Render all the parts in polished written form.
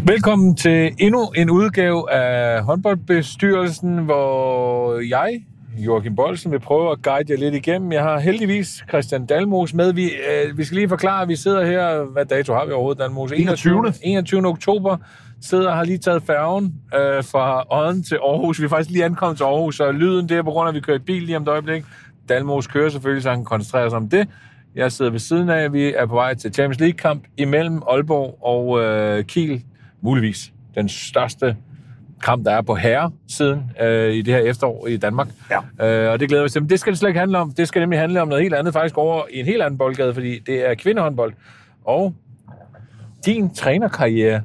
Velkommen til endnu en udgave af håndboldbestyrelsen, hvor jeg, Joachim Boldsen, vil prøve at guide jer lidt igennem. Jeg har heldigvis Christian Dalmos med. Vi skal lige forklare, at vi sidder her. Hvad dato har vi overhovedet, Dalmos? 21. oktober. Har lige taget færgen fra Odden til Aarhus. Vi er faktisk lige ankommet til Aarhus, så lyden det er på grund af, at vi kører i bil lige om et øjeblik. Dalmos kører selvfølgelig, så han kan koncentrere sig om det. Jeg sidder ved siden af. Vi er på vej til Champions League-kamp imellem Aalborg og Kiel. Muligvis den største kamp, der er på herresiden i det her efterår i Danmark. Ja. Og det glæder vi til. Men det skal det slet ikke handle om. Det skal nemlig handle om noget helt andet, faktisk over i en helt anden boldgade, fordi det er kvindehåndbold. Og din trænerkarriere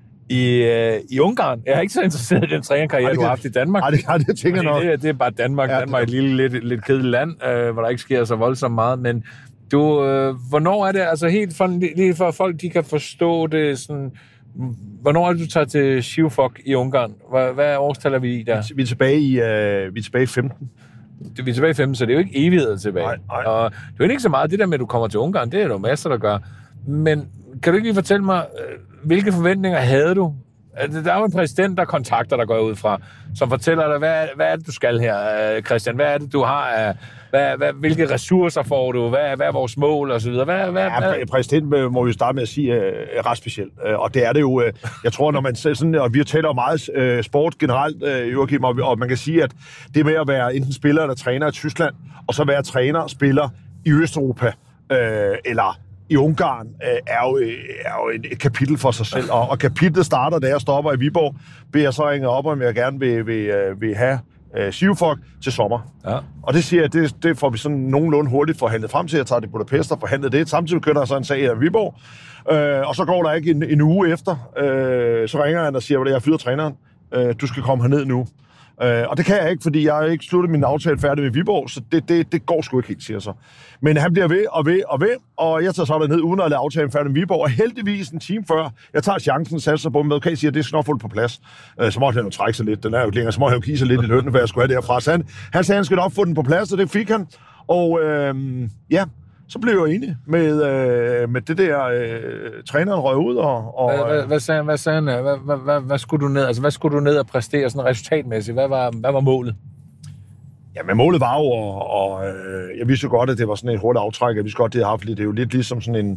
i Ungarn. Jeg er ikke så interesseret i den trænerkarriere, du har haft i Danmark. Nej, det tænker jeg nok. Det er bare Danmark. Ja, Danmark er et lille, lidt kedeligt land, hvor der ikke sker så voldsomt meget. Men du, hvornår er det, altså helt lige for folk, de kan forstå det sådan... Hvornår er det, du tager til Siufok i Ungarn? Hvad årstal er vi i der? Vi er tilbage i 15. Vi er tilbage i 15, så det er jo ikke evigheder tilbage. Nej. Og det er jo ikke så meget det der med, at du kommer til Ungarn. Det er der jo masser, der gør. Men kan du ikke lige fortælle mig, hvilke forventninger havde du? Der er jo en præsident, der kontakter dig, går ud fra, som fortæller dig, hvad er det, du skal her, Christian? Hvad er det, du har af... Hvilke ressourcer får du? Hvad er vores mål? Og så videre. Præsident må vi starte med at sige ret specielt. Og det er det jo... Jeg tror, når man sådan... Og vi taler meget sport generelt, Joachim, og man kan sige, at det med at være enten spiller eller træner i Tyskland, og så være træner og spiller i Østeuropa, eller i Ungarn, er jo et kapitel for sig selv. Og kapitlet starter, da jeg stopper i Viborg, bliver jeg så ringet op, om jeg gerne vil have Siufok til sommer. Ja. Og det siger jeg, det får vi sådan nogenlunde hurtigt forhandlet frem til. Jeg tager det Budapest og forhandlet det. Samtidig kører der så en sag i Viborg. Og så går der ikke en uge efter. Så ringer han og siger, at jeg fyrer træneren. Du skal komme herned nu. Og det kan jeg ikke, fordi jeg har ikke sluttet min aftale færdig med Viborg, så det går sgu ikke helt, siger så. Men han bliver ved, og jeg tager så ned uden at lade aftalen færdig med Viborg, og heldigvis en time før, jeg tager chancen, satte sig på med, okay, siger, det skal nok få det på plads. Så måtte han jo trække sig lidt, den er jo ikke længere, så måtte han jo give sig lidt i lønnen, hvad jeg skulle have derfra. Så han sagde, han skal nok få den på plads, og det fik han. Og ja, så blev jeg enig med det der, træneren røg ud, og Hvad sagde han? Hvad skulle du ned? Altså, hvad skulle du ned og præstere sådan resultatmæssigt? Hvad var målet? Ja, men målet var jo, og jeg vidste jo godt, at det var sådan et hurtigt aftræk. Jeg vidste godt, det har haft lidt. Det er jo lidt ligesom sådan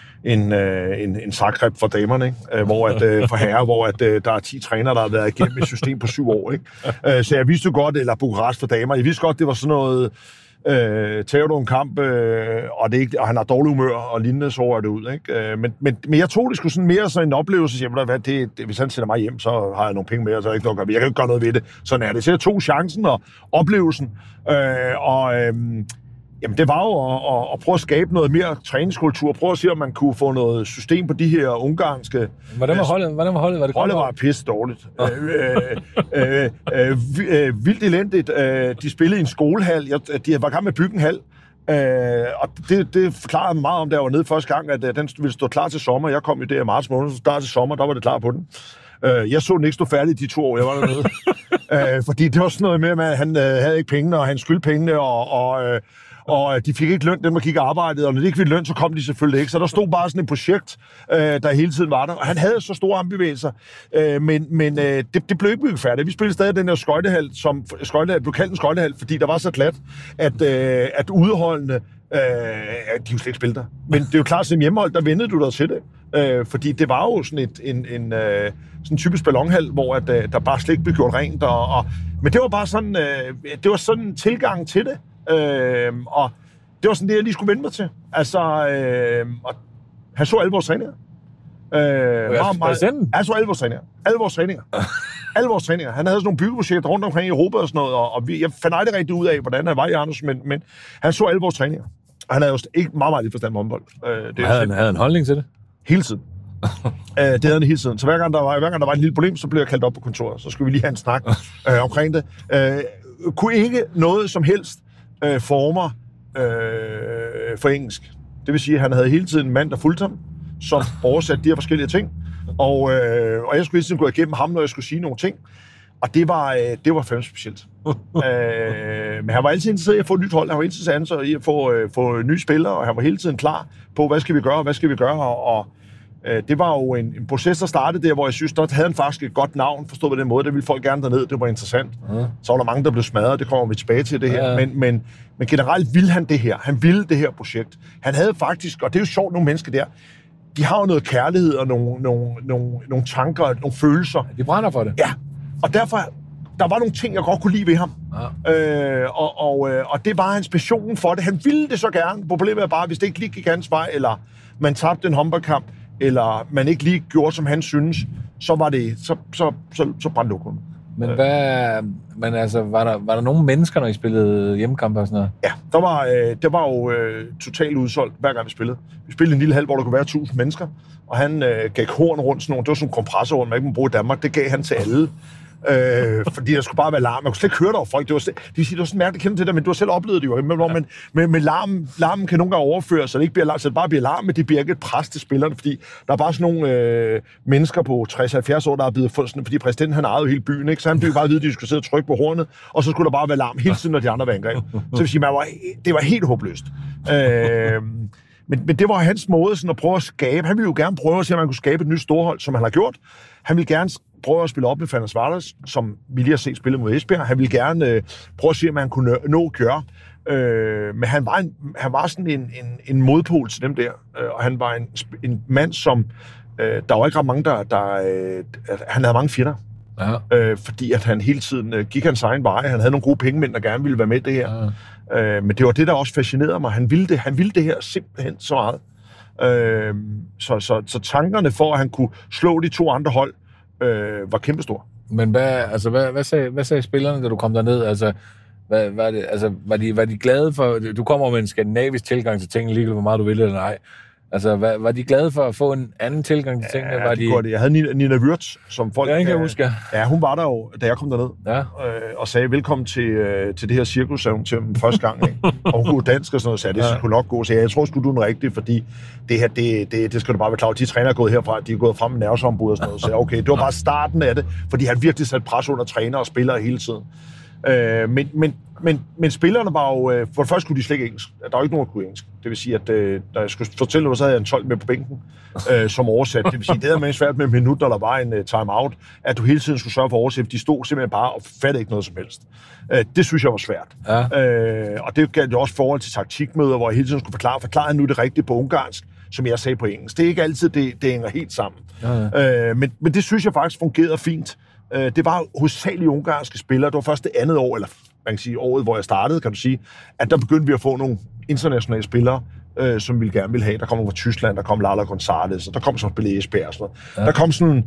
en Zagreb for damerne, ikke? Hvor at, for herrer, hvor at, der er 10 trænere, der har været igennem et system på 7 år. Ikke? Så jeg vidste jo godt, eller Bukarest for damer, jeg vidste godt, det var sådan noget... tager du en kamp, og han har dårlig humør og lignende, så er det ud. Ikke? Men jeg tog det sgu sådan mere sådan en oplevelse, så jeg, hvis han sender mig hjem, så har jeg nogle penge mere, så er ikke noget, jeg kan ikke gøre noget ved det. Sådan er det. Så jeg tog chancen og oplevelsen, jamen det var jo at prøve at skabe noget mere træningskultur, prøve at se, om man kunne få noget system på de her ungarske... Hvordan var holdet? Var det holdet var pisse dårligt. Vildt elendigt. De spillede i en skolehal. De var i gang med at bygge en hal. Og det forklarede mig meget om, da jeg var nede første gang, at den ville stå klar til sommer. Jeg kom jo der i marts måned, så startede til sommer, der var det klar på den. Jeg så den ikke stå færdig de 2 år, jeg var dernede. Fordi det var sådan noget med, at han havde ikke pengene, og han skyldte pengene, og de fik ikke løn, dem der gik og arbejdede, og når de ikke fik løn, så kom de selvfølgelig ikke. Så der stod bare sådan et projekt, der hele tiden var der. Og han havde så store ambivalser, men det blev ikke bygget færdigt. Vi spillede stadig den der skøjtehal, som blev kaldt en skøjtehal, fordi der var så glat, at udholdende, de jo slet ikke spille der. Men det er jo klart, som hjemmehold, der vendede du dig til det. Fordi det var jo sådan sådan en typisk ballonhal, hvor der bare slet ikke blev gjort rent. Men det var bare sådan, det var sådan en tilgang til det. Og det var sådan det, jeg lige skulle vende mig til. Altså, og han så alle vores træninger. Han så alle vores træninger. Alle vores træninger. Han havde sådan nogle byggeprojekter rundt omkring i Europa og sådan noget, og jeg fandt aldrig rigtig ud af, hvordan han var i Anders, men han så alle vores træninger. Og han havde jo ikke meget lidt forstand på håndbold. Havde han holdning til det? Hele tiden. Det havde han hele tiden. Så hver gang der var et lille problem, så blev jeg kaldt op på kontoret. Så skulle vi lige have en snak omkring det. Kunne ikke noget som helst former for engelsk. Det vil sige, at han havde hele tiden en mand, der fulgte ham, som oversatte de her forskellige ting. Og jeg skulle hele tiden gå igennem ham, når jeg skulle sige nogle ting. Og det var fandme specielt. Men han var altid interesseret i at få et nyt hold. Han var altid ansat i at få nye spillere, og han var hele tiden klar på, hvad skal vi gøre. Det var jo en proces, der startede der, hvor jeg synes, der havde han faktisk et godt navn, forstået på den måde, det ville folk gerne derned, det var interessant. Så var der mange, der blev smadret, det kommer vi tilbage til det her, men generelt ville han det her, han ville det her projekt. Han havde faktisk, og det er jo sjovt, nogle mennesker der, de har jo noget kærlighed og nogle tanker, nogle følelser. De brænder for det. Ja, og derfor, der var nogle ting, jeg godt kunne lide ved ham. Ja. Og det var hans passion for det. Han ville det så gerne. Problemet er bare, hvis det ikke lige gik hans vej, eller man tabte en håndboldkamp, eller man ikke lige gjorde, som han synes, så var det, så brændte lukken. Men altså, var der nogle mennesker, når I spillede hjemmekampe og sådan noget? Ja, der var jo totalt udsolgt, hver gang vi spillede. Vi spillede en lille hal, hvor der kunne være 1000 mennesker, og han gav horn rundt sådan nogle, det var sådan nogle kompressorhorn, man ikke må bruge i Danmark, det gav han til alle. Fordi der skulle bare være larm. Man kunne slet ikke høre det over folk. Det var sådan mærkeligt kendt til det, men du har selv oplevet det jo. Men larmen kan nogle gange overføre, så det ikke bliver larm, så det bare bliver larm, men det bliver ikke et pres til spillerne, fordi der er bare sådan nogle mennesker på 60-70 år, der er blevet fundet, fordi præsidenten han ejede jo hele byen, ikke? Så han blev bare at vide, at de skulle sidde og trykke på hornet, og så skulle der bare være larm hele tiden, når de andre var angreb. Så vil sige, det var helt håbløst. Men det var hans måde sådan at prøve at skabe. Han ville jo gerne prøve at se, om man kunne skabe et nyt storhold, som han har gjort. Han ville gerne prøve at spille op med Ferencváros, som vi lige har set spille mod Esbjerg. Han ville gerne prøve at se, om man kunne nå at gøre. Men han var sådan en modpol til dem der. Og han var en mand, som... der var ikke ret mange, han havde mange fjender. Ja. Fordi at han hele tiden gik hans egen vej. Han havde nogle gode pengemænd, der gerne ville være med i det her. Ja. Men det var det, der også fascinerede mig. Han ville det her simpelthen så meget. Så tankerne for, at han kunne slå de to andre hold, var kæmpestor. Men hvad sagde spillerne, da du kom derned? Altså, var de glade for... Du kommer med en skandinavisk tilgang til tingene, ligegyldigt hvor meget du ville eller nej. Altså, var de glade for at få en anden tilgang til tingene? Ja, det. Jeg havde Nina Wirtz, som folk... Ja, jeg kan huske. Ja, hun var der jo, da jeg kom derned. Ja. Og sagde, velkommen til det her cirkus, sagde hun til dem første gang. Ikke? Og hun kunne dansk og sådan noget, så det skulle nok gå. Så jeg tror sgu, du er den rigtige, fordi det her, det skal du bare være klar over. De træner er gået herfra, de er gået frem med nervesombud og sådan noget. Så okay, det var bare starten af det, fordi han virkelig satte pres under træner og spillere hele tiden. Men spillerne var jo... For det første skulle de slet ikke engelsk. Der var ikke nogen, der kunne engelsk. Det vil sige, at da jeg skulle fortælle noget, så havde jeg en 12 med på bænken, som oversat. Det vil sige, det havde man svært med en minut, når der var en time-out, at du hele tiden skulle sørge for at oversætte. De stod simpelthen bare og fattede ikke noget som helst. Det synes jeg var svært. Ja. Og det galt jo også forhold til taktikmøder, hvor jeg hele tiden skulle forklare nu det rigtige på ungarsk, som jeg sagde på engelsk. Det er ikke altid, det hænger helt sammen. Ja. Men det synes jeg faktisk fungerede fint. Det var hovedsageligt ungarske spillere. Det var først det andet år, eller man kan sige året, hvor jeg startede, kan du sige, at der begyndte vi at få nogle internationale spillere, som vi gerne ville have. Der kom fra Tyskland, der kom Lala González, og der kom så spille Esbjerg og sådan noget. Ja. Der kom sådan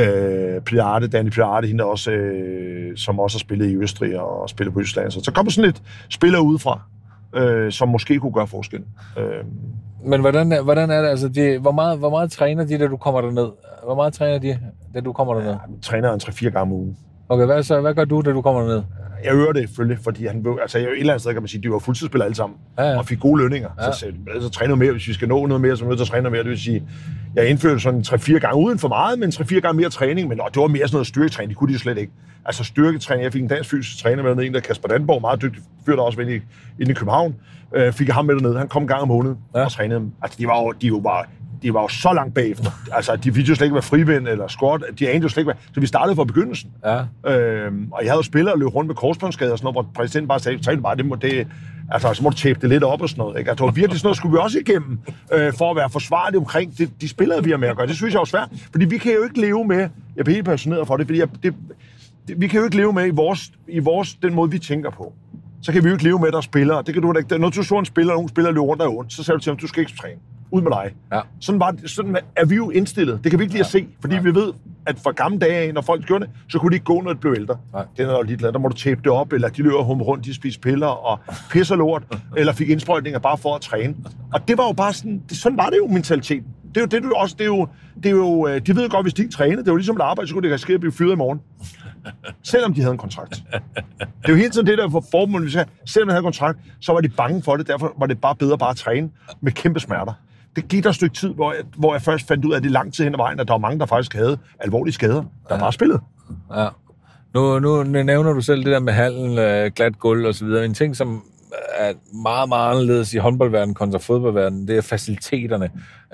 Dani Piarte, hende også, som også har spillet i Østrig og spillet på Østland. Så kom sådan et spiller udefra, som måske kunne gøre forskel. Men hvordan er det? Altså, hvor meget træner de, da du kommer derned? Hvor meget træner de, da du kommer derned? Ja, træner 3-4 gange om ugen. Okay, hvad gør du, da du kommer derned? Jeg øver det selvfølgelig, fordi et eller andet sted kan man sige, de var fuldtidsspillere alle sammen, og fik gode lønninger. Ja. Så træner mere, hvis vi skal nå noget mere, så er vi nødt til at træne mere. Det vil sige, jeg indførte sådan 3-4 gange uden for meget, men 3-4 gange mere træning, men det var mere sådan noget styrketræning, det kunne de slet ikke. Altså styrketræning, jeg fik en dansk fysisk træner med en, der Kasper Danborg, meget dygtig fyr, der også var inde i København, fik jeg ham med dernede. Han kom en gang om måneden og trænede dem. Altså de var jo så langt bagefter. Altså, de ville jo slet ikke være frivind eller squat. De anede jo slet ikke så vi startede fra begyndelsen. Ja. Og jeg havde jo spillere, der løb rundt med korsbåndsskader og sådan noget, hvor præsidenten bare sagde, så må du tape det lidt op og sådan noget. Ikke? Altså, virkelig sådan noget skulle vi også igennem, for at være forsvarlige omkring de spillere, vi har med at gøre. Det synes jeg er svært, fordi vi kan jo ikke leve med, jeg bliver helt passioneret for det, fordi vi kan jo ikke leve med i vores den måde, vi tænker på. Så kan vi jo ikke leve med, der spillere. Det kan du ikke. Når du så en spiller, og nogle spillere løber rundt, der er ondt, så sagde du til ham, du skal ikke træne. Ud med dig. Ja. Sådan er vi jo indstillet. Det kan vi ikke lide at se, fordi vi ved, at fra gamle dage af, når folk gjorde det, så kunne de ikke gå, når de blev ældre. Det er lidt der må du tape det op, eller de løber rundt, de spiser piller og pisser lort, eller fik indsprøjtninger bare for at træne. Og det var jo bare sådan var det jo mentaliteten. Det er jo det, du også, det er jo, de ved godt, hvis de ikke trænede, det er jo ligesom et arbejde, så kunne det risikere at blive fyret i morgen. Selvom de havde en kontrakt. Det er jo hele tiden det der for formålet, hvis selvom de havde en kontrakt, så var de bange for det, derfor var det bare bedre bare at træne med kæmpe smerter. Det gik der et stykke tid, hvor jeg først fandt ud af, at det lang tid hen ad vejen, at der var mange, der faktisk havde alvorlige skader, der bare spillede. Ja. Nu nævner du selv det der med hallen, glat gulv og så videre. En ting, som at meget, meget anderledes i håndboldverdenen kontra fodboldverdenen, det er faciliteterne.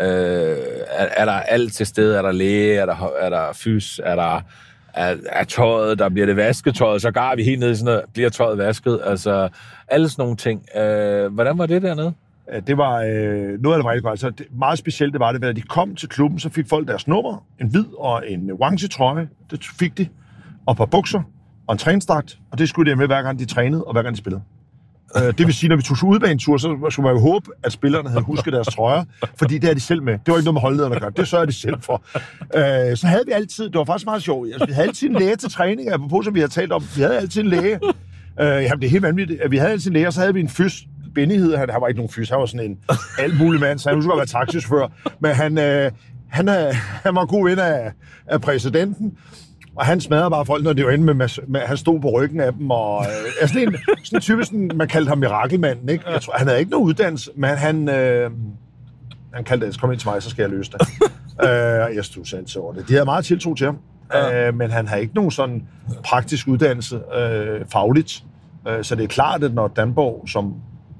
Er der alt til stede? Er der læge? Er der fys? Er tøjet? Der bliver det vasket tøjet? Så går vi helt ned i sådan noget, bliver tøjet vasket? Altså, alle sådan nogle ting. Hvordan var det dernede? Det var noget af det var rigtig godt. Altså, meget specielt det var det, at de kom til klubben, så fik folk deres nummer, en hvid og en orange trøje. Det fik de. Og et par bukser og en træningsdragt. Og det skulle de med, hver gang de trænede og hver gang de spillede. Det vil sige, når vi tog udbanetur, så skulle man jo håbe, at spillerne havde husket deres trøjer, fordi det er de selv med. Det var ikke noget med holdlederne at gøre. Det sørger de selv for. Så havde vi altid, det var faktisk meget sjovt, altså, vi havde altid en læge til træning, apropos som vi havde talt om, vi havde altid en læge. Jamen, det er helt vanvittigt. Vi havde altid en læge, og så havde vi en fys. Benny hed han var ikke nogen fys, han var sådan en alt mulig mand, så han skulle være taxichauffør. Men han var en god ven af præsidenten, og han smadrede bare folk, når det var inde med han stod på ryggen af dem, og sådan typisk, man kaldte ham mirakelmanden, ikke? Jeg tror, han havde ikke nogen uddannelse, men han kaldte det, kom ind til mig, så skal jeg løse det. Jeg stod selv til over det. De havde meget tiltro til ham, men han havde ikke nogen sådan praktisk uddannelse fagligt. Så det er klart, at når Danborg, som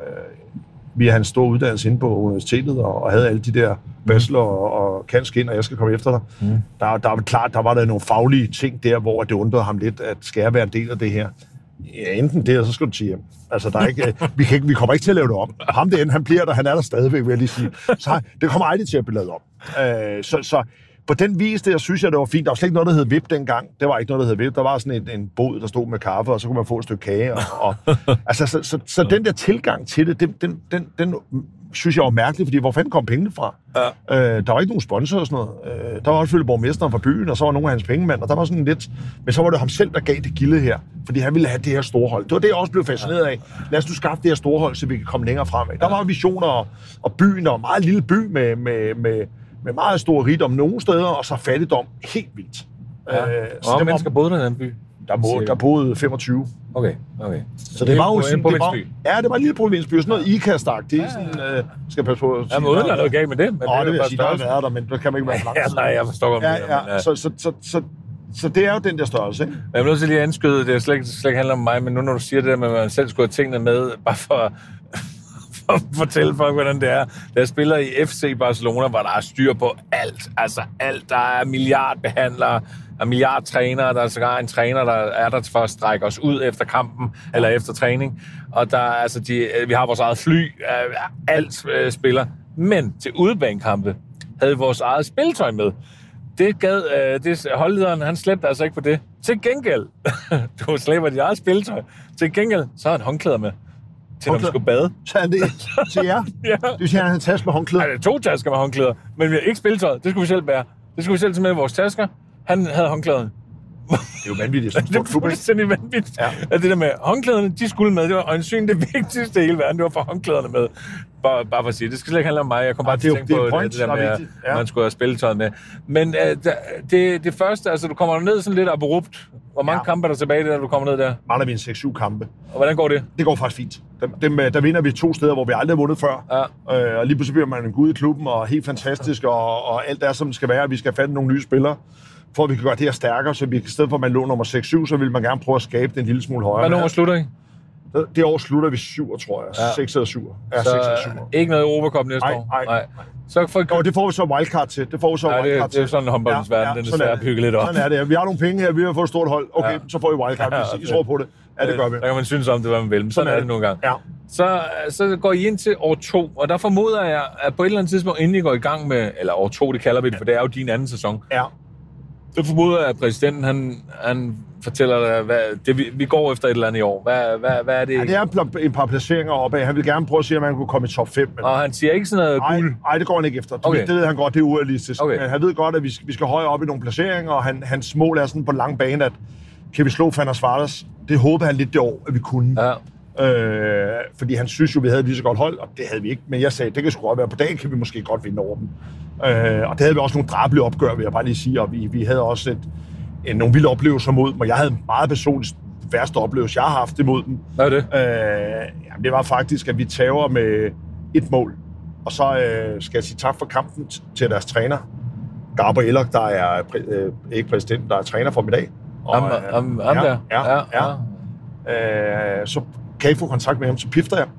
via hans store uddannelse inde på universitetet, og havde alle de der bachelor og kansk ind, og jeg skal komme efter dig, der var klart, der var der nogle faglige ting der, hvor det undrede ham lidt, at skal jeg være en del af det her? Ja, enten det, eller så skal du sige hjem. Altså, der er ikke, vi kommer ikke til at lave det om. Ham det end, han bliver der, han er der stadigvæk, vil jeg lige sige. Så det kommer aldrig til at blive lavet om. Så på den vis, det synes jeg, det var fint. Der var slet ikke noget, der hed VIP dengang. Det var ikke noget, der hed VIP. Der var sådan en bod, der stod med kaffe, og så kunne man få et stykke kage. Altså, så den der tilgang til det, den synes jeg var mærkelig, fordi hvor fanden kom pengene fra? Ja. Der var ikke nogen sponsor og sådan noget. Der var også borgmesteren fra byen, og så var nogle af hans pengemænd, og der var sådan lidt... Men så var det ham selv, der gav det gilde her, fordi han ville have det her store hold. Det var det, jeg også blev fascineret af. Lad os nu skaffe det her store hold, så vi kan komme længere fremad. Der var visioner og byen, og meget lille by med meget stor rigdom nogle steder, og så fattigdom helt vildt. Ja. Hvor mange mennesker boede der i den by? Der boede 25. Okay. Så det var jo sådan, det var en lille provinsby, sådan noget IKAST-agtigt. Skal passe på. Jamen, uden at noget galt med det. Men det vil jeg sige, der har været der, men der kan man ikke være langt. Nej, jeg forstår godt det. Så det er jo den der størrelse, ikke? Jeg er nødt til lige at anskyde, det slet ikke handler om mig, men nu når du siger det der med, at man selv skulle have tingene med, bare for at fortælle folk, hvordan det er. Da jeg spiller i FC Barcelona, hvor der er styr på alt. Altså alt. Der er milliardbehandlere, der er milliardtrænere, der er sågar en træner, der er der for at strække os ud efter kampen, eller efter træning. Og der er, altså, vi har vores eget fly, alt spiller. Men til udebanekampe havde vi vores eget spiltøj med. Det gad holdlederen, han slæbte altså ikke på det. Til gengæld, du slæber dit eget spiltøj. Til gengæld, så har han håndklæder med. Til når vi skulle bade. Så er det til jer? Ja. Det vil sige, at han havde en taske med håndklæder? Nej, det er 2 tasker med håndklæder. Men vi har ikke spiltøjet. Det skulle vi selv bære. Det skulle vi selv tage med i vores tasker. Han havde håndklæderne. Det er jo vanvittigt. Det er fuldstændig vanvittigt. Ja. At det der med håndklæderne, de skulle med. Det var øjensynligt det vigtigste i hele verden. Det var for håndklæderne med. Bare for at sige. Det skal slet ikke handle om mig. Jeg kom bare til at tænke på det der med, at man skulle have spiltøjet med. Men det første, altså du kommer ned sådan lidt abrupt. Hvor mange kampe er der tilbage, da du kommer ned der? Mangler vi en 6-7 kampe. Og hvordan går det? Det går faktisk fint. Der vinder vi 2 steder, hvor vi aldrig har vundet før. Ja. Og lige pludselig bliver man en gud i klubben, og helt fantastisk, og alt er, som det skal være. Vi skal have fat i nogle nye spillere, for at vi kan gøre det her stærkere, så vi i stedet for, at man lå nummer 6-7, så vil man gerne prøve at skabe det en lille smule højere. Hvad nummer slutter I? Det år slutter vi 7, tror jeg. 6 eller 7. Ja, 6 eller 7. Ikke noget Europacup næste år? Nej. Så det får vi så wildcard til. Det er jo sådan, håndboldens verden, den er svær at bygge lidt op. Sådan er det. Vi har nogle penge her, vi har fået et stort hold. Okay, så får vi wildcard, hvis I tror på det. Ja, det gør vi. Der kan man synes om det, hvad man vil, men sådan er det nogle gange. Ja. Så går I ind til år 2, og der formoder jeg, at på et eller andet tidspunkt, inden I går i gang med, eller år 2, det kalder vi det, for det er jo din anden sæson. Ja. Så formoder jeg, at præsidenten, han fortæller dig, vi går efter et eller andet i år. Hvad er det? Ja, det er et par placeringer opad. Han vil gerne prøve at sige, at man kunne komme i top 5. Og han siger ikke sådan noget guld? Nej, det går han ikke efter. Okay. Det ved han godt, det er urealistisk. Okay. Men han ved godt, at vi skal højere op i nogle placeringer, og hans mål er sådan på lang bane, at kan vi slå Fanders Vardas? Det håber han lidt det år, at vi kunne. Ja. Fordi han synes jo, vi havde lige så godt hold, og det havde vi ikke. Men jeg sagde, det kan sgu godt være. På dagen kan vi måske godt vinde over dem. Og det havde vi også nogle drabelige opgør, vil jeg bare lige sige. Og vi havde også nogle vilde oplevelser mod dem, og jeg havde meget personligt værste oplevelse, jeg har haft imod dem. Hvad er det? Jamen, det var faktisk, at vi tager med 1 mål. Og så skal jeg sige tak for kampen til deres træner, Gabriel Elok, der er ikke præsident, der er træner for dem i dag. Ja. Så kan I få kontakt med ham, så pifter jeg.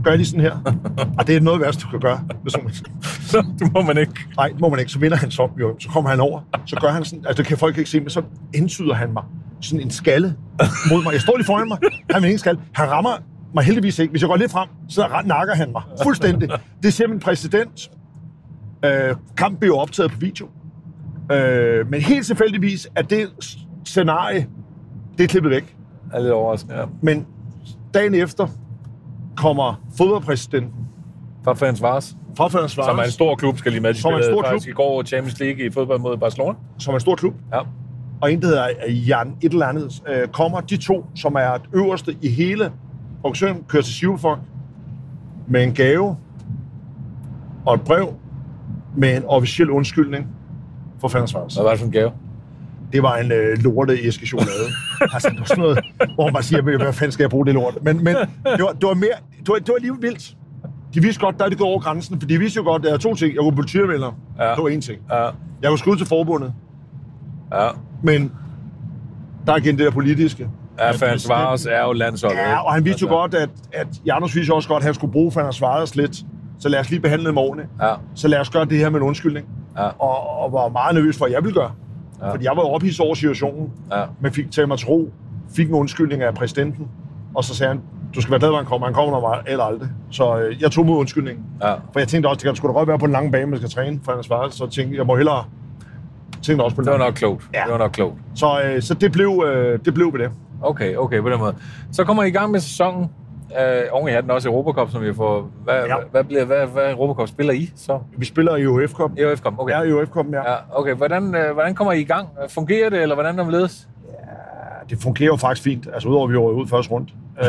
gør jeg lige sådan her. Og det er noget værste, du kan gøre. Det må man ikke. Nej, det må man ikke. Så vinder han så, jo. Så kommer han over. Så gør han sådan, altså det kan folk ikke se, men så indsyder han mig sådan en skalle mod mig. Jeg står lige foran mig. Han vil ingen skalle. Han rammer mig heldigvis ikke. Hvis jeg går lidt frem, så nakker han mig. Fuldstændig. Det siger min præsident. Kampen blev optaget på video. Men helt tilfældigvis, at det scenarie, det er klippet væk. Er lidt overraskende, ja. Men dagen efter kommer fodboldpræsidenten fra Ferencvaros. Som er en stor klub, skal lige med. De spillede faktisk i går Champions League i fodbold mod Barcelona. Som er en stor klub. Ja. Og en, der hedder Jan et eller andet, kommer de to, som er det øverste i hele organisationen, kører til Sivfolk med en gave og et brev med en officiel undskyldning for Ferencvaros. Hvad var det for en gave? Det var en lorte æske chokolade. Altså, det var sådan noget, hvor man siger, hvad fanden skal jeg bruge det lort? Men det var mere, det var alligevel vildt. De vidste godt, der er det gået over grænsen, for de vidste jo godt, der er to ting. Jeg kunne politianmelder. Ja. Det var en ting. Ja. Jeg kunne skrive til forbundet. Ja. Men der er igen det der politiske. Ja, Ferencvaros er jo landsholdet. Ja, og han vidste jo godt, at Janus vidste også godt, at han skulle bruge Ferencvaros lidt. Så lad os lige behandle dem ordentligt. Ja. Så lad os gøre det her med en undskyldning. Ja. Og var meget nervøs for, at jeg ville gøre. Ja. Fordi jeg var ophidset over situationen, men fik taget mig til ro, fik en undskyldning af præsidenten, og så sagde han, du skal være glad, når han kommer. Han kommer når eller aldrig. Så jeg tog mod undskyldningen. Ja. For jeg tænkte også, det skulle da godt være på en lang bane, man skal træne for hans far. Så tænkte jeg må hellere tænke også på det. Det var nok klogt. Ja. Det var nok klogt. Så det blev ved det. Okay, på den måde. Så kommer I gang med sæsonen. Oven i hatten også Europa Cup, som vi får. Hvad Europa Cup spiller I så? Vi spiller i UEFA Cup. UEFA Cup, okay. Ja, i UEFA Cup, ja. Okay, hvordan kommer I i gang? Fungerer det, eller hvordan er det ledes? Ja, det fungerer jo faktisk fint. Altså udover, at vi var ud første rundt.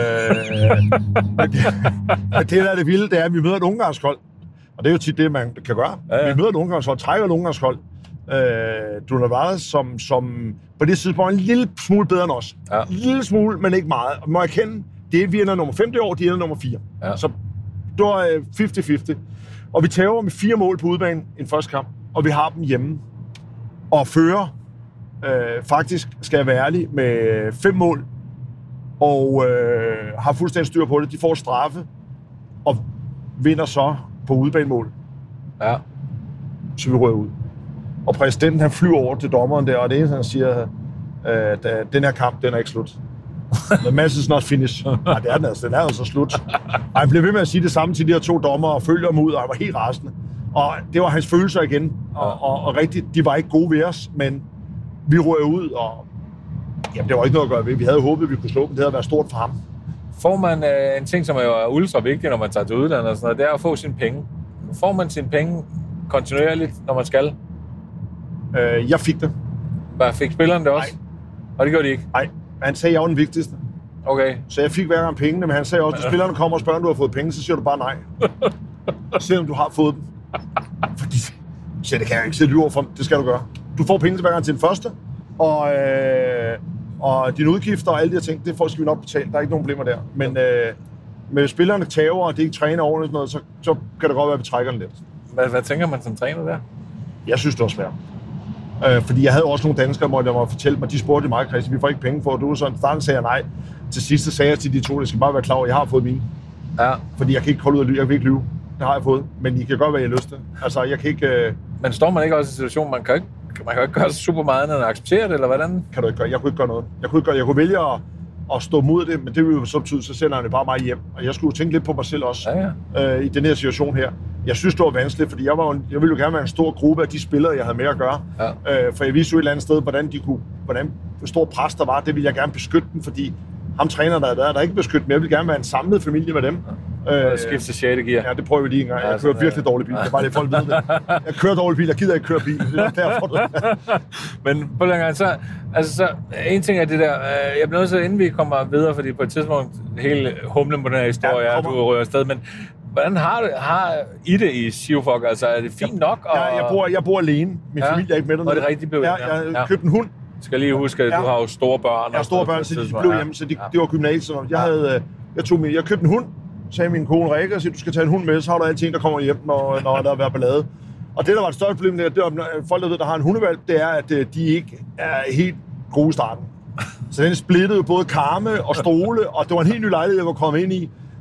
Men det, der er det vilde, det er, at vi møder et ungarsk hold. Og det er jo tit det, man kan gøre. Ja. Vi møder et ungarsk hold, trækker et ungarsk hold. Dunavaras, som på det tidspunkt er en lille smule bedre end os. Ja. En lille smule, men ikke meget. Og må jeg kende, vi ender nummer 5 det år, de ender nummer 4. Ja. Så det var 50-50. Og vi tager med 4 mål på udbanen i en første kamp, og vi har dem hjemme. Og fører, faktisk skal jeg være ærlig, med 5 mål, og har fuldstændig styr på det. De får straffe, og vinder så på udbanemål. Ja. Så vi rører ud. Og præsidenten, han flyver over til dommeren der, og det eneste, han siger, at den her kamp, den er ikke slut. The match is not finished. Nej, det er den altså. Den er altså slut. Og han blev ved med at sige det samme til de her 2 dommere, og følger dem ud, og han var helt rasende. Og det var hans følelser igen. Og rigtigt, de var ikke gode ved os, men vi røg ud, og jamen, det var ikke noget at gøre ved. Vi havde håbet, at vi kunne slå dem. Det havde været stort for ham. Får man en ting, som er ultra vigtig, når man tager til udlandet og sådan noget, det er at få sine penge. Får man sine penge kontinuerligt, når man skal? Jeg fik det. Hvad, fik spilleren det også? Nej. Og det gjorde de ikke? Nej, han sagde, at jeg var den vigtigste. Okay. Så jeg fik hver gang pengene, men han sagde også, at spillerne kommer og spørger, om du har fået penge, så siger du bare nej. Selvom du har fået dem. Fordi så det kan jeg ikke sætte ord for, det skal du gøre. Du får penge til hver gang til den første, og dine udgifter og alle de her ting, det skal vi nok betale. Der er ikke nogen problemer der. Men med spillerne tager, og det ikke træner ordentligt, noget, så kan det godt være, at vi trækker den lidt. Hvad tænker man som træner der? Jeg synes, det var svært. Fordi jeg havde også nogle danskere, der måtte fortælle mig, de spurgte mig, Christian, vi får ikke penge for, du sådan. Starten sagde jeg nej. Til sidst sagde jeg til de 2, det skal bare være klar over, jeg har fået mine. Ja. Fordi jeg kan ikke holde ud af lyve, jeg vil ikke lyve. Det har jeg fået, men I kan godt, hvad jeg har lyst til. Altså, jeg kan ikke... Men står man ikke også i situationen, man kan ikke gøre super meget, når man accepterer det, eller hvordan? Kan du ikke gøre? Jeg kunne ikke gøre noget. Jeg kunne vælge at stå mod det, men det vil jo så betyde, så sender han det bare mig hjem. Og jeg skulle tænke lidt på mig selv også, i den her situation her. Jeg synes, det var vanskeligt, fordi jeg ville jo gerne være en stor gruppe af de spillere, jeg havde med at gøre. Ja. For jeg vidste jo et eller andet sted, hvordan stor pres der var. Det ville jeg gerne beskytte dem, fordi ham træner, der ikke beskytte dem. Jeg ville gerne være en samlet familie med dem. Skifte til 6. gear. Ja, det prøver vi lige en gang. Jeg kører virkelig dårlig bil. Det er bare det, folk ved det. Jeg kører dårlig bil, jeg gider ikke køre bil. Det er derfor. Men på den gang, så en ting er det der, jeg bliver nødt til, inden vi kommer videre, fordi på et tidspunkt, hele humlen på den her historie, du rører afsted, men hvordan har I det i Sivfolk? Altså, er det fint nok? Og... Jeg bor alene. Min familie er ikke med dernede. Og det rigtigt blev jeg købte en hund. Skal lige huske, at du har jo store børn. Jeg har store børn, så de blev hjemme, så det var gymnasiet. Jeg købte en hund, sagde min kone Rikke, og sagde, du skal tage en hund med, så har du altid en, der kommer hjem, når der er været ballade. Og det, der var det største problem, det er, folk, der ved, der har en hundevalg, det er, at de ikke er helt gode i starten. Så den splittede både karme og stole, og det var en helt ny lejlighed, jeg var kommet ind i.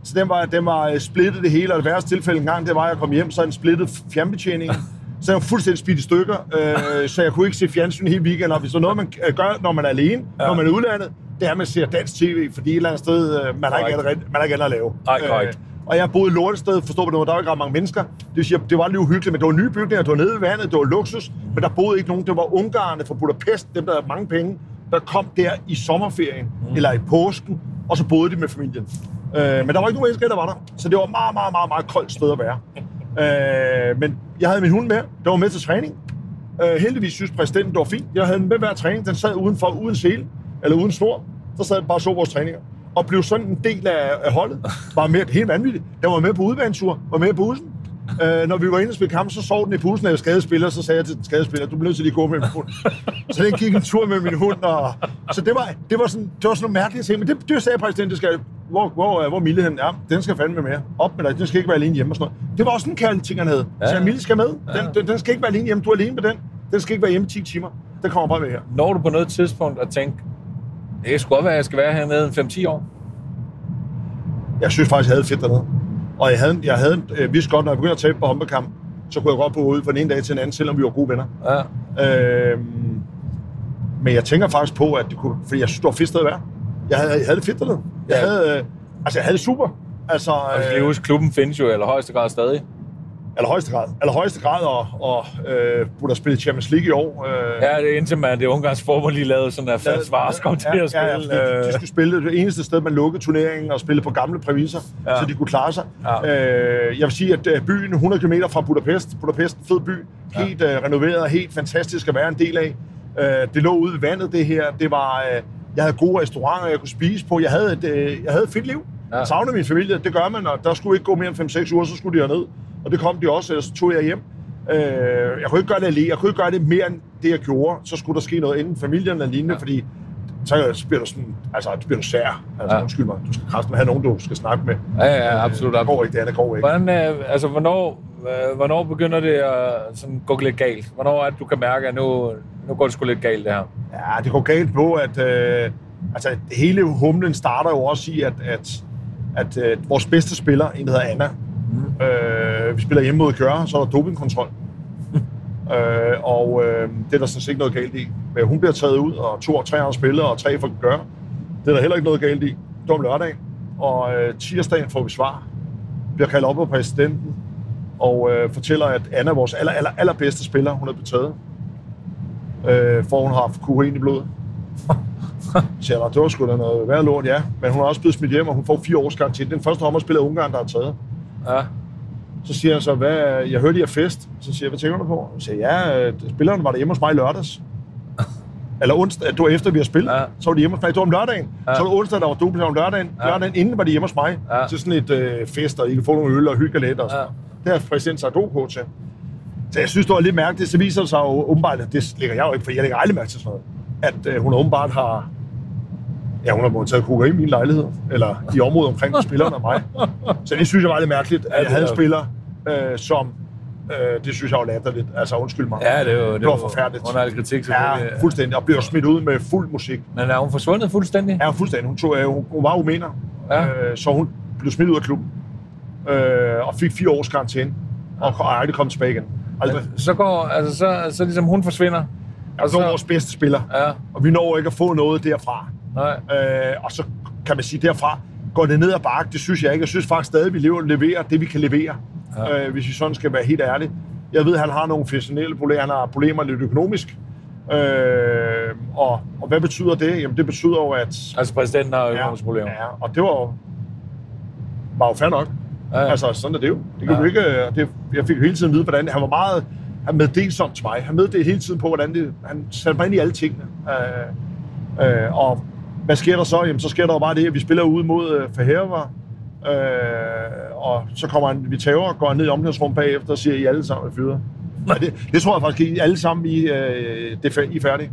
Så den var splittet det hele, og det værste tilfælde en gang, det var, at jeg kom hjem, så den splittet fjernbetjeningen. Så jeg var fuldstændig spidt i stykker, så jeg kunne ikke se fjernsyn hele weekenden. Og hvis der er noget, man gør, når man er alene, når man er udlandet, det er, at man ser dansk tv, fordi et eller andet sted, man har ikke andet at lave. Og jeg boede i lortested, forstår du, der var ikke ret mange mennesker. Det vil sige, det var lidt uhyggeligt, men det var nye bygninger, det var nede ved vandet, det var luksus, men der boede ikke nogen. Det var ungarerne fra Budapest, dem der havde mange penge, der kom der i sommerferien, eller i påsken, og så boede de med familien. Men der var ikke nogen mennesker, der var der, så det var meget koldt sted at være. Men jeg havde min hund med, der var med til træning. Heldigvis synes præsidenten, det var fint. Jeg havde den med hver træning, den sad udenfor, uden sele, eller uden snor. Så sad den bare og så vores træninger. Og blev sådan en del af holdet. Var med, helt vanvittigt. Den var med på udbanetur, var med på bussen. Når vi var inde og spille kamp, så sov den i bussen, når jeg skadespiller, så sagde jeg til den skadespiller, du bliver nødt til at gå med min hund. Så den gik en tur med min hund, og så det var sådan nogle mærkelige ting. Men det sagde præsidenten, hvor Mille hen er. Den skal fandme med. Op med dig, den skal ikke være alene hjemme og sådan noget. Det var også en kærlig ting, han havde. Så Mille skal med. Den skal ikke være alene hjemme. Du er alene med den. Den skal ikke være hjemme 10 timer. Den kommer bare med her. Når du på noget tidspunkt at tænke, det skulle godt være, at jeg skal være hernede 5-10 år? Jeg synes faktisk, jeg havde fedt dernede. Og jeg vidste godt, når jeg begyndte at tabe på håndboldkamp, så kunne jeg godt gå ud fra den ene dag til den anden, selvom vi var gode venner. Ja. Men jeg tænker faktisk på, at det kunne, fordi jeg synes, det var fedt sted at være. Jeg havde det fedt dernede. Jeg havde det super. Og skal lige huske, klubben findes jo i allerhøjeste grad stadig. Allerhøjeste grad, og burde have spillet Champions League i år. Ja, det er indtil det Ungarns forbund lige lavede sådan en Ferencváros kom til at spille. De skulle spille det eneste sted, man lukkede turneringen og spille på gamle præmisser, så de kunne klare sig. Ja. Jeg vil sige, at byen 100 km fra Budapest, en fed by, helt renoveret, helt fantastisk at være en del af. Det lå ude ved vandet, det her. Det var, jeg havde gode restauranter, jeg kunne spise på. Jeg havde et fedt liv. Jeg savnede min familie, det gør man, og der skulle ikke gå mere end 5-6 uger, så skulle de herned. Og det kom de også, ellers tog jeg hjem. Jeg kunne ikke gøre det alene. Jeg kunne ikke gøre det mere end det, jeg gjorde. Så skulle der ske noget inden familien eller lignende, fordi så bliver du sådan, det bliver du sær. Undskyld mig, du skal kraftigt have nogen, du skal snakke med. Ja, absolut. Det går ikke, det andet går ikke. Hvordan, hvornår begynder det at sådan gå lidt galt? Hvornår er det, du kan mærke, at nu går det sgu lidt galt, det her? Ja, det går galt på, at hele humlen starter jo også i, at vores bedste spiller, en der hedder Anna, vi spiller hjemme mod Køre, så er der dopingkontrol. Det er der sådan set ikke noget galt i. Men hun bliver taget ud, og 2 og 3 andre spillere, og 3 for Køre. Det er der heller ikke noget galt i. Det var om lørdagen. Og tirsdagen får vi svar. Bliver kaldt op af præsidenten, og fortæller, at Anna, vores allerbedste spiller, hun er blevet taget. For hun har haft kokain i blodet. Så jeg det var sgu da noget værd lort, ja. Men hun har også blevet smidt hjem, og hun får 4 års garanti. Den første håndboldspiller i Ungarn, der er taget. Ja. Så siger han så, jeg hørte, I er fest. Så siger jeg, hvad tænker du på? Så siger ja, spilleren var der hjemme hos mig i lørdags. Eller onsdag, det var efter vi har spillet. Ja. Så var de hjemme hos mig. Det var om lørdagen. Ja. Så var det onsdag, der var doping om lørdagen. Ja. Lørdagen inden var de hjemme hos mig. Ja. Til sådan et fest, og I kan få nogle øl og hygge lidt og sådan. Ja. Det har præsidenten sagt OK til. Så jeg synes, det var lidt mærkeligt. Så viser det sig jo åbenbart, at det lægger jeg jo ikke, for jeg lægger aldrig mærke til sådan noget. At hun åbenbart har... Ja, hun har modtaget kokain i min lejlighed, eller i området omkring spillerne og mig. Så det synes jeg var lidt mærkeligt, at jeg havde en spiller, som... det synes jeg var latterligt. Altså, undskyld mig. Ja, det var forfærdeligt. Hun har lidt kritik, selvfølgelig. Ja, fuldstændig. Og blev smidt ud med fuld musik. Men er hun forsvundet fuldstændig? Ja, fuldstændig. Hun var rumæner, så hun blev smidt ud af klubben. Og fik 4 års karantæne. Og aldrig kom tilbage igen. Aldrig. Så går, så ligesom hun forsvinder. Og så er vores bedste spiller. Ja. Og vi når ikke at få noget derfra. Nej. Og så kan man sige, derfra går det ned ad bakke. Det synes jeg ikke. Jeg synes faktisk stadig, at vi leverer det, vi kan levere. Ja. Hvis vi sådan skal være helt ærlige. Jeg ved, at han har nogle finansielle problemer. Han har problemer lidt økonomisk. Og hvad betyder det? Jamen, det betyder jo, at... Altså, præsidenten har økonomiske problemer. Ja, og det var jo fair nok. Ja. Altså, sådan er det jo. Det kan jo ikke... Jeg fik jo hele tiden vide, hvordan... Han var meget... Han meddelsom til mig. Han meddelte hele tiden på, hvordan det... Han satte mig ind i alle tingene. Og hvad sker der så? Jamen, så sker der jo bare det, at vi spiller ude mod Fehervar. Og så kommer vi tager og går ned i omklædningsrummet bagefter og siger, I alle sammen er fyret. Ja, det tror jeg faktisk, I alle sammen I er færdige.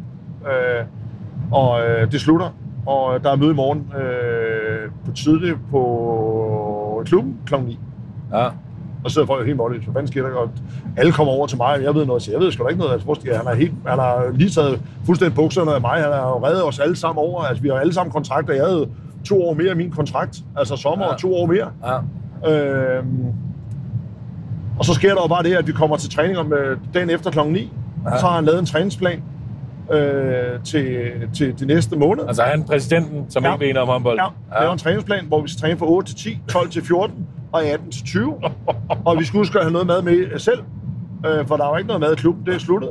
Det slutter, og der er møde i morgen på tidligt på klubben kl. 9. Ja. Og så sidder folk helt måttet, hvad fanden sker der? Og alle kommer over til mig, og jeg ved noget, så jeg ved sgu da ikke noget. Altså, han har lige taget fuldstændig bukserne af mig, han har jo reddet os alle sammen over. Altså, vi har alle sammen kontrakter. Jeg havde 2 år mere i min kontrakt. Altså sommer og 2 år mere. Ja. Og så sker der jo bare det, at vi kommer til træning om dagen efter kl. 9. Ja. Så har han lavet en træningsplan til de næste måned. Altså han præsidenten, som ikke ved om håndbold? Ja, laver en træningsplan, hvor vi skal træne fra 8 til 10, 12 til 14 og 18 til 20. Og vi skal huske at have noget mad med selv, for der er jo ikke noget mad i klubben, det er sluttet.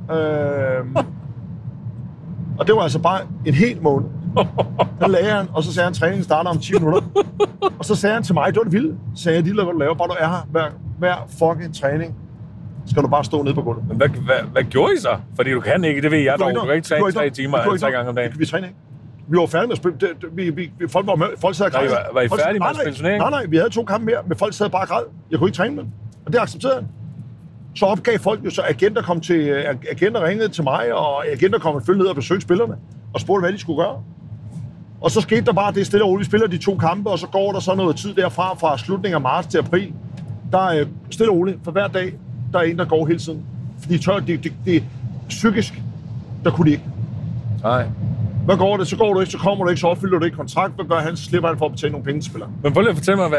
Og det var altså bare en hel måned. Der lagde han, og så sagde han, at træningen starter om 10 minutter. Og så sagde han til mig, det var det vilde. Så sagde jeg, Lille, hvad du laver, bare du er her hver fucking træning. Skal du bare stå nede på gulvet. Men hvad gjorde I så? Fordi du kan ikke, det ved jeg dog. Du kan ikke træne 3 timer eller 3 gange om dagen. Vi træner ikke. Vi var færdige med at spille. Folk sad og græd. Var I færdige med at spille turnering? Nej, vi havde 2 kampe mere, men folk sad bare og græd. Jeg kunne ikke træne dem. Og det accepterede han. Så opgav folk jo, så agenter ringede til mig, og agenter kom og følgede ned og besøgte spillerne, og spurgte, hvad de skulle gøre. Og så skete der bare det stille og roligt. Vi spiller de 2 kampe, og så går der så noget tid derfra, fra slutningen af marts til april. Der er stille og roligt, for hver dag, der er en, der går hele tiden. Fordi det psykisk, der kunne de ikke. Nej. Hvad går det? Så går du ikke, så kommer du ikke, så opfylder du ikke kontrakt. Hvad gør han? Så slipper han for at betale nogle penge til spillere. Men prøv lige at fortælle mig,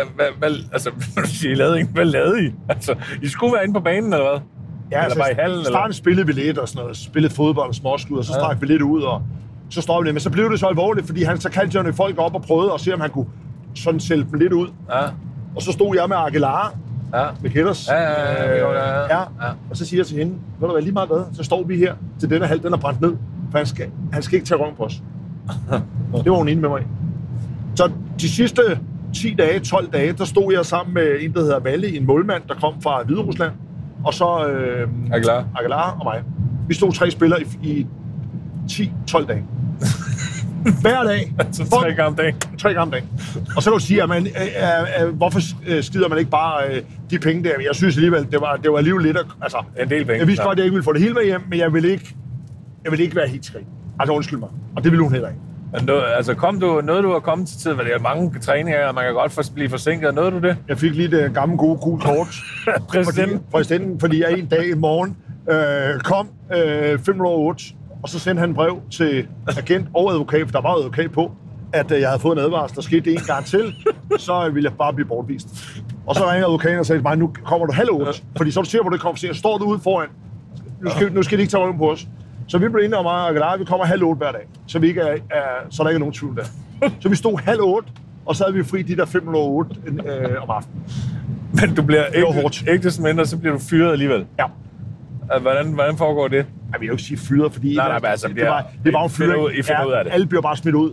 hvad lavede I? Altså, I skulle være inde på banen, eller hvad? Ja, eller bare i hallen, eller? Starten spillede vi lidt og sådan noget. Spillede fodbold og småskud, og så strak vi lidt ud, og så stoppede vi lidt. Men så blev det så alvorligt, fordi så kaldte jeg nogle folk op og prøvede at se, om han kunne sådan sælge dem lidt ud. Ja. Og så stod jeg med Aguilar, med Kælders. Ja. Og så siger jeg til hende, ved du hvad, lige meget hvad, så står vi her til denne halv, den er brændt ned. For han skal ikke tage røven på os. Det var hun enig med mig. Så de sidste 10 dage, 12 dage, der stod jeg sammen med en, der hedder Valle, en målmand, der kom fra Hviderusland. Og så Aguilar og mig. Vi stod 3 spillere i 10-12 dage. Hver dag. Så 3 gange om dagen. 3 gange om dagen. Og så kan du sige, hvorfor skider man ikke bare de penge der? Jeg synes alligevel, det var alligevel lidt altså, en del penge. Jeg vidste godt, at jeg ikke ville få det hele med hjem, men jeg ville ikke være helt skrig. Altså undskyld mig. Og det ville hun heller ikke. Men nåede du at komme til tid, hvor det er mange træninger, og man kan godt blive forsinket. Nåede du det? Jeg fik lige det gamle gode gule kort. Præsidenten, fordi jeg en dag i morgen kom 5:08, og så sendte han en brev til agent og advokat, for der var advokat på, at jeg havde fået en advarsel, der skete det en gang til, så ville jeg bare blive bortvist. Og så ringede advokaten og sagde til mig, nu kommer du 7:30, fordi så du ser, hvor det kommer til, står du ude foran. Nu skal de ikke tage røven på os. Så vi blev enige om, at vi kommer 7:30 hver dag, så der ikke er nogen tvivl der. Så vi stod 7:30, og så havde vi fri de der 5:08 om aftenen. Men du bliver ikke desto mindre, så bliver du fyret alligevel? Ja. Hvordan foregår det? Jeg vil jo ikke sige fyret, fordi altså, det var en fyring. I finder ud af det. Alle bliver bare smidt ud.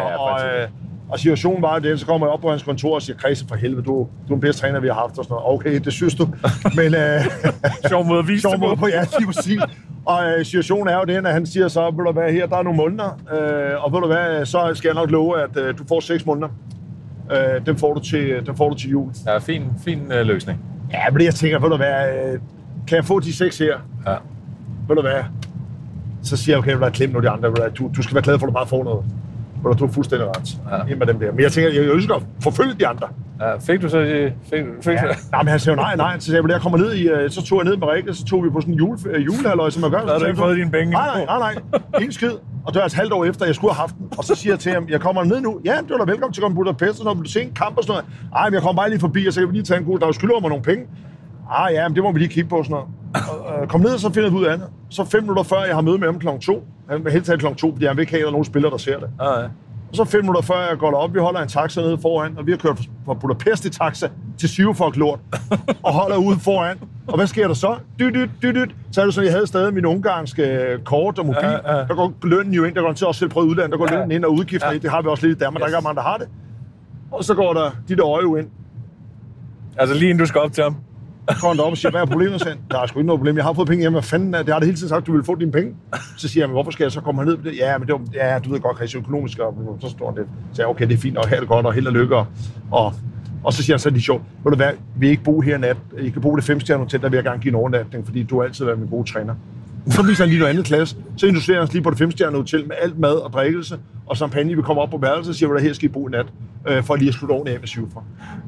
Og situationen var det, så kommer jeg op på hans kontor og siger, Kredse, for helvede, du er den bedste træner, vi har haft. Og sådan noget. Okay, det synes du. Men sjov måde at vise det på. Ja, lige præcis. Og situationen er jo den, at han siger så, vil du være her, der er nogle måneder, og ved du hvad, så skal jeg nok love, at du får 6 måneder. Den får du til jul. Ja, fin løsning. Ja, men jeg tænker, ved du hvad, kan jeg få de 6 her? Ja. Ved du hvad, så siger jeg, okay, du er klemt nogle de andre, du skal være glad for, at du bare får noget. Du er fuldstændig ret. Ja. Med dem der. Men jeg tænker, jeg ønsker at forfølge de andre. Ja, fik du så... Nej, men han sagde jo nej. Så sagde jeg, jeg kommer ned i... Så tog jeg ned med Rikke, så tog vi på sådan en julehalløj, som jeg gør. Så havde du ikke fået dine penge? Nej. Ingen skid. Og det var altså halvt år efter, jeg skulle have haft den. Og så siger jeg til ham, jeg kommer ned nu. Ja, du er da velkommen til at komme på Budapest, og når du se en kamp og sådan noget. Ej, men jeg kommer bare lige forbi, og så kan vi lige tage en god... Der er jo skylder mig nogle penge. Ja, men det må vi lige kigge på sådan noget. Kom ned, og så finder vi ud af det. Så 5 minutter før, jeg har møde med ham kl. 2. Han vil helst have kl. 2, fordi han vil ikke have, at der er nogen spillere, der ser det. Og så 5 minutter før jeg går derop, vi holder en taxa nede foran, og vi har kørt fra Budapest i taxa til Sivefolk-lort, og holder ude foran. Og hvad sker der så? Så er det sådan, jeg havde stadig min ungarske kort og mobil. Der går lønnen jo ind, der går til også selv prøve udlandet, der går lønnen ind og udgifter ind. Det har vi også lidt i Danmark, der er ikke mange, der har det. Og så går der de der øje ind. Altså lige inden du skal op til ham? Så kommer op og siger, hvad er problemet? Så der er sgu ikke noget problem. Jeg har fået penge hjemme. Hvad fanden er det? Jeg har det hele tiden sagt, du vil få dine penge. Så siger jeg, men hvorfor skal jeg så komme herned på det? Ja, men det var, ja, du ved godt, Christian, økonomisk, og så står det. Så jeg, okay, det er fint, og have det godt, og held og lykke. Og så siger han så lige sjovt, ved du hvad, vi ikke bo her i nat. I kan bo det 5-stjerne hotel, der vil jeg gerne give en overnatning, fordi du har altid været min gode træner. Så viser han lige noget andet klasse. Så introducerer han os lige på det 5-stjerne hotel med alt mad og drikkelse og champagne. Vi kommer op på værelset og siger, at her skal I bo i nat, for lige at slutte ordentligt af med 7 fra.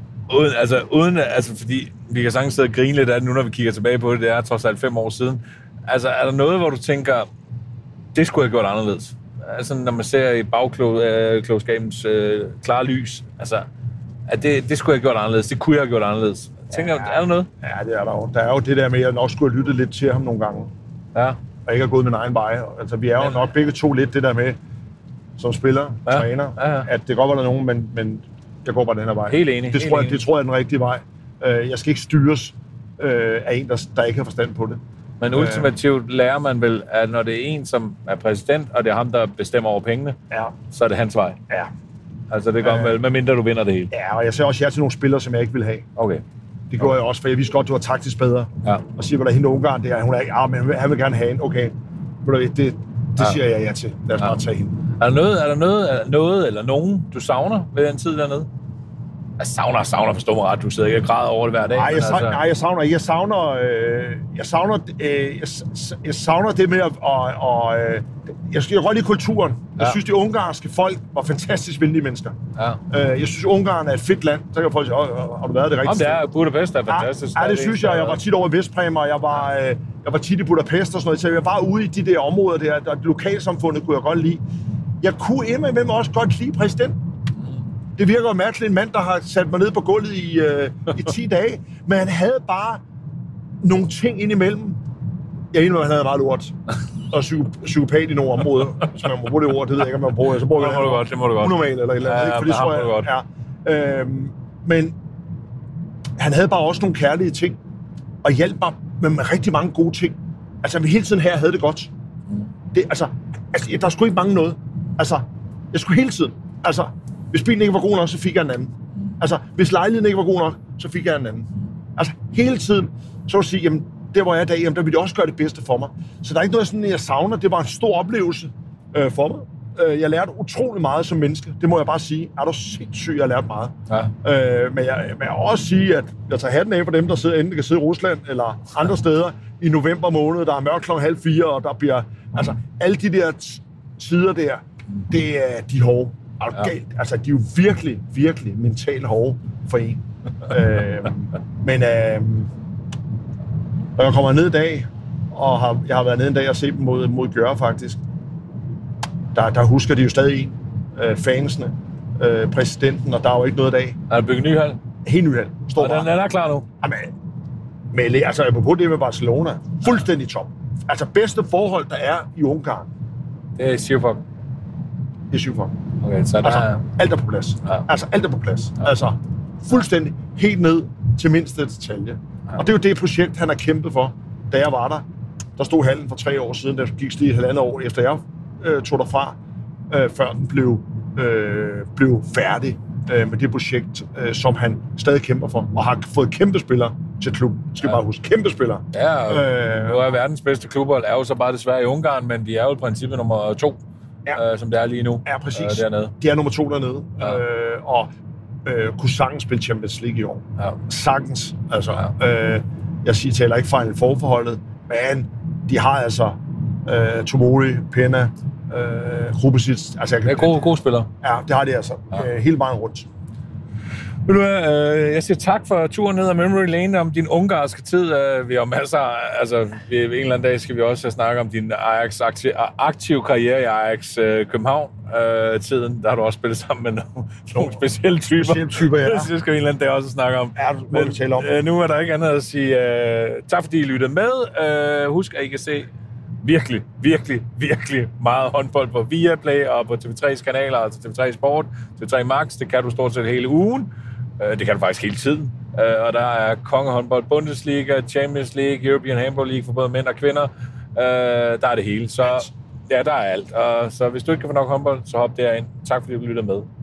Uden, fordi vi kan sagtens sidde og grine lidt af det nu, når vi kigger tilbage på det, det er trods alt 5 år siden. Altså, er der noget, hvor du tænker, det skulle jeg have gjort anderledes? altså, når man ser i bagklogskabens klare lys, altså, at det skulle jeg have gjort anderledes, det kunne jeg have gjort anderledes. Tænker jeg, er der noget? Ja, det er der jo. Der er jo det der med, at jeg nok skulle have lyttet lidt til ham nogle gange. Ja. Og ikke have gået min egen vej. Altså, vi er jo nok begge to lidt det der med, som spiller, træner, at det godt var der nogen, men jeg går bare den her vej. Helt enig. Det tror jeg er den rigtige vej. Jeg skal ikke styres af en, der ikke har forstand på det. Men ultimativt lærer man vel, at når det er en, som er præsident, og det er ham, der bestemmer over pengene, så er det hans vej. Ja. Altså det gør man vel, medmindre du vinder det hele. Ja, og jeg ser også til nogle spillere, som jeg ikke vil have. Okay. Det gjorde jeg også, for jeg vidste godt, at du var taktisk bedre. Ja. Og siger, hvad der er hende Ungarn, det er, hun er ikke, men han vil gerne have en. Okay, det siger jeg ja til. Lad os bare tage hende. Er der noget eller nogen, du savner ved den tid dernede? Jeg savner, forstå mig ret, du sidder ikke og græder over det hver dag. Nej, jeg savner det med at jeg kan godt lide kulturen. Jeg synes, de ungarske folk var fantastisk venlige mennesker. Ja. Jeg synes, Ungarn er et fedt land. Så kan folk sige, har du været det rigtigt? Det er Budapest, er fantastisk. Ja, det synes jeg. Jeg var tit over i Vestpræmer, jeg var tit i Budapest og sådan noget. Så jeg var ude i de der områder der lokalsamfundet kunne jeg godt lide. Jeg kunne med også godt lide præsidenten. Det virker jo mærkeligt, en mand, der har sat mig ned på gulvet i 10 dage, men han havde bare nogle ting indimellem. Jeg er enig med, at han havde meget lort og psykopat i nogle områder, som man må bruge det ord, det ved jeg ikke, om man bruger. Så bruger det må du godt. Unormal eller et eller andet, ikke? For det tror jeg, ja. Men han havde bare også nogle kærlige ting, og hjalp mig med rigtig mange gode ting. Altså, vi hele tiden her havde det godt. Der skulle ikke mange noget. Altså, jeg skulle hele tiden. Altså, hvis bilen ikke var god nok, så fik jeg en anden. Altså, hvis lejligheden ikke var god nok, så fik jeg en anden. Altså, hele tiden, så at sige, jamen, der hvor jeg er i dag, jamen, der ville det også gøre det bedste for mig. Så der er ikke noget sådan, jeg savner. Det var en stor oplevelse for mig. Jeg lærte utrolig meget som menneske. Det må jeg bare sige. Er du sindssyg, jeg har lært meget. Ja. Men jeg vil også sige, at jeg tager hatten af for dem, der sidder enten kan sidde i Rusland eller andre steder i november måned. Der er mørkt kl. 3:30, og der bliver... Altså, alle de der tider der, det er de hårde. Altså, de er jo virkelig, virkelig mentalt hårde for en. Men når jeg kommer ned i dag, og jeg har været nede en dag og set dem mod Gør, faktisk, der husker de jo stadig en. Fansene, præsidenten, og der er jo ikke noget i dag. Er der bygget ny hal? Helt ny hal. Og den er klar nu? Jamen, altså, jeg på det med Barcelona. Fuldstændig top. Altså, bedste forhold, der er i Ungarn. Det er Sivfok. Det er Sivfok. Okay, så der alt er på plads. Ja. Altså, alt er på plads. Ja. Altså, fuldstændig helt ned til mindste detalje. Ja. Og det er jo det projekt, han har kæmpet for, da jeg var der. Der stod hallen for 3 år siden, der gik lige 1,5 år efter jeg tog derfra, før den blev færdig med det projekt, som han stadig kæmper for, og har fået kæmpe spillere til klubben. Skal bare huske, kæmpe spillere. Ja, og verdens bedste klubber er jo så bare desværre i Ungarn, men de er jo i princippet nummer 2. Ja. Som det er lige nu. Ja, præcis. Dernede. De er nummer 2 dernede. Ja. Og kunne sagtens spille Champions League i år. Ja. Sagtens. Altså, jeg taler ikke Final Four-forholdet, men de har altså Tomori, Penna, Hrubicic. Altså, det er gode spillere. Ja, det har de altså. Hele vejen rundt. Ved du hvad, jeg siger tak for turen ned ad Memory Lane om din ungarske tid. Vi har masser, altså en eller anden dag skal vi også snakke om din Ajax aktive karriere i Ajax København-tiden. Der har du også spillet sammen med nogle specielle typer. Ja. Det skal vi en eller anden dag også snakke om. Ja, det må vi tale om. Nu er der ikke andet at sige tak, fordi I lyttede med. Husk, at I kan se virkelig, virkelig, virkelig meget håndbold på Viaplay og på TV3's kanaler, altså TV3 Sport, TV3 Max. Det kan du stort set hele ugen. Det kan du faktisk hele tiden. Og der er kongehåndbold, Bundesliga, Champions League, European Handball League for både mænd og kvinder. Der er det hele. Så ja, der er alt. Og så hvis du ikke kan få nok håndbold, så hop derind. Tak fordi du lyttede med.